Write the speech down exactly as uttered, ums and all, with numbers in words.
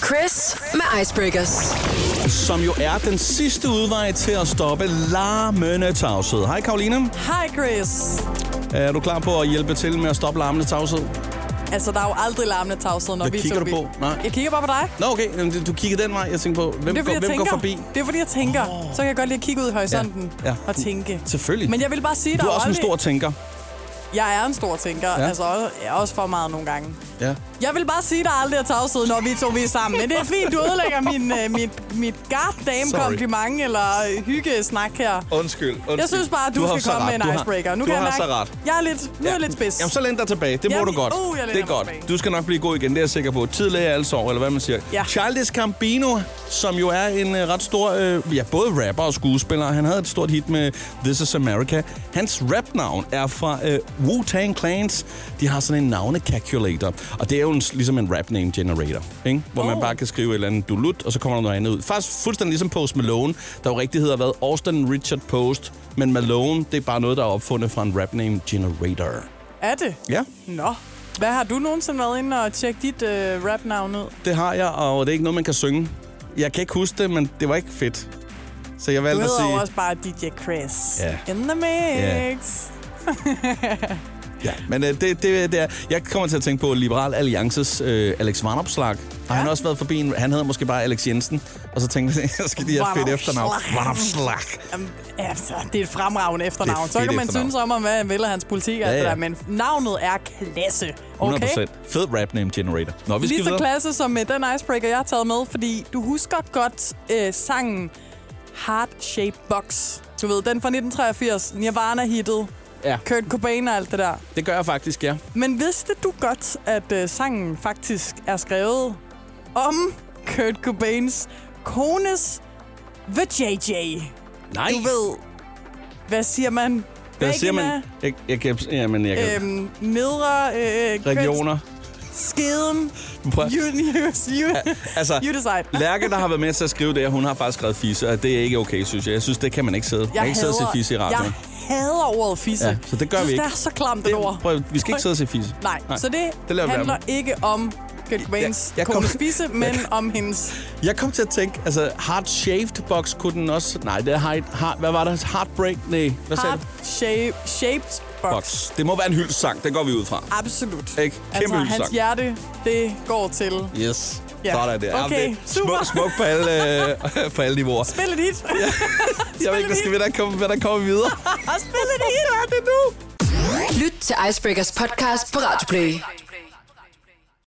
Chris med Icebreakers. Som jo er den sidste udvej til at stoppe larmende tavshed. Hej Karoline. Hej Chris. Er du klar på at hjælpe til med at stoppe larmende tavshed? Altså, der er jo aldrig larmende tavshed, når Hvad vi kigger så du på? Nej. Jeg kigger bare på dig. Nå okay, du kiggede den vej. Jeg tænkte på, hvem, det er, går, hvem tænker, går forbi? Det er fordi, jeg tænker. Oh. Så kan jeg godt lide at kigge ud i horisonten ja. Ja. og tænke. Selvfølgelig. Men jeg vil bare sige, du der er også aldrig... en stor tænker. Jeg er en stor tænker. Ja. Altså, jeg er også for meget nogle gange. Ja. Jeg vil bare sige, der er aldrig er tavshed, når vi to vi er sammen. Men det er fint, du ødelægger min, uh, mit, mit goddamn-kompliment eller hyggesnak her. Undskyld, undskyld. Jeg synes bare, at du, du skal komme ret. med en icebreaker. Nu du kan har jeg så ret. Jeg er lidt, nu ja. er lidt spids. Jamen, så læn dig tilbage. Det må Jamen, du godt. Uh, det er godt. tilbage. Du skal nok blive god igen, det er jeg sikker på. Tidligere er altså år, eller hvad man siger. Ja. Childish Gambino, som jo er en uh, ret stor, uh, ja, både rapper og skuespiller. Han havde et stort hit med This Is America. Hans rapnavn er fra uh, Wu-Tang Clans. De har sådan en navne-calculator. Og det er jo en, ligesom en rap name generator, ikke? Hvor oh. man bare kan skrive et eller andet dulut, og så kommer der noget andet ud. Faktisk fuldstændig ligesom Post Malone, der jo rigtig hedder hvad? Austin Richard Post. Men Malone, det er bare noget, der er opfundet fra en rap name generator. Er det? Ja. Nå. Hvad har du nogensinde været inde og tjekke dit uh, rap-navn ud? Det har jeg, og det er ikke noget, man kan synge. Jeg kan ikke huske det, men det var ikke fedt. Så jeg valgte at sige... Du hedder også bare D J Chris. Ja. In the mix. Ja. Ja, men øh, det, det, det er... Jeg kommer til at tænke på Liberal Alliances øh, Alex Vanopslagh. Har ja. han også været forbi en... Han hedder måske bare Alex Jensen. Og så tænkte jeg, jeg skal de have fedt efternavn. Vanopslagh. Jamen, altså, det er et fremragende efternavn. Et så kan man efternavn. synes om, om, hvad han vil af hans politik. Ja, ja. Der, men navnet er klasse. Okay? hundrede procent. Fed rap name generator. Nå, vi skal Lige så videre. klasse som med den icebreaker, jeg har taget med. Fordi du husker godt øh, sangen Heart Shaped Box. Du ved, den fra nitten treogfirs. Nirvana-hittet. Ja. Kurt Cobain og alt det der. Det gør jeg faktisk, ja. Men vidste du godt, at øh, sangen faktisk er skrevet om Kurt Cobains kones The J J? Nej. Du ved, hvad siger man? Hvad siger man? Jeg, jeg kan... Jamen, jeg kan... Øhm, nedre... Øh, regioner. Skeden. You, you, you, altså, you decide. Lærke, der har været med til at skrive det, hun har faktisk skrevet fisse, og det er ikke okay, synes jeg. Jeg synes, det kan man ikke sidde. Jeg, jeg kan ikke sidde og se fisse i radioen. Jeg hader ordet fisse. Ja, så det gør jeg synes, vi ikke. det er så klamt, det, det ord. Prøv, vi skal ikke sidde og se fisse. Nej, Nej. så det, det handler ikke om Kurt Cobains ja, kones fisse, men jeg, om hendes... Jeg kom til at tænke, altså, heart-shaped box kunne den også... Nej, det er heart, heart, hvad var det? Heartbreak? Nej, hvad sagde du? Heart-shaped box. box. Det må være en hyldesang, den går vi ud fra. Absolut. Ikke? Kæmpe altså, hyldesang. Hans hjerte, det går til... Yes. Ja. Sådan det. Okay, ja, det super. Smuk, smuk på alle, øh, på alle niveauer. Spil et hit. Ja. Jeg ved ikke, hvad skal vi da komme, hvad der kommer videre? Spil et hit. Hvad er det nu? Lyt til Icebreakers podcast på Radio Play.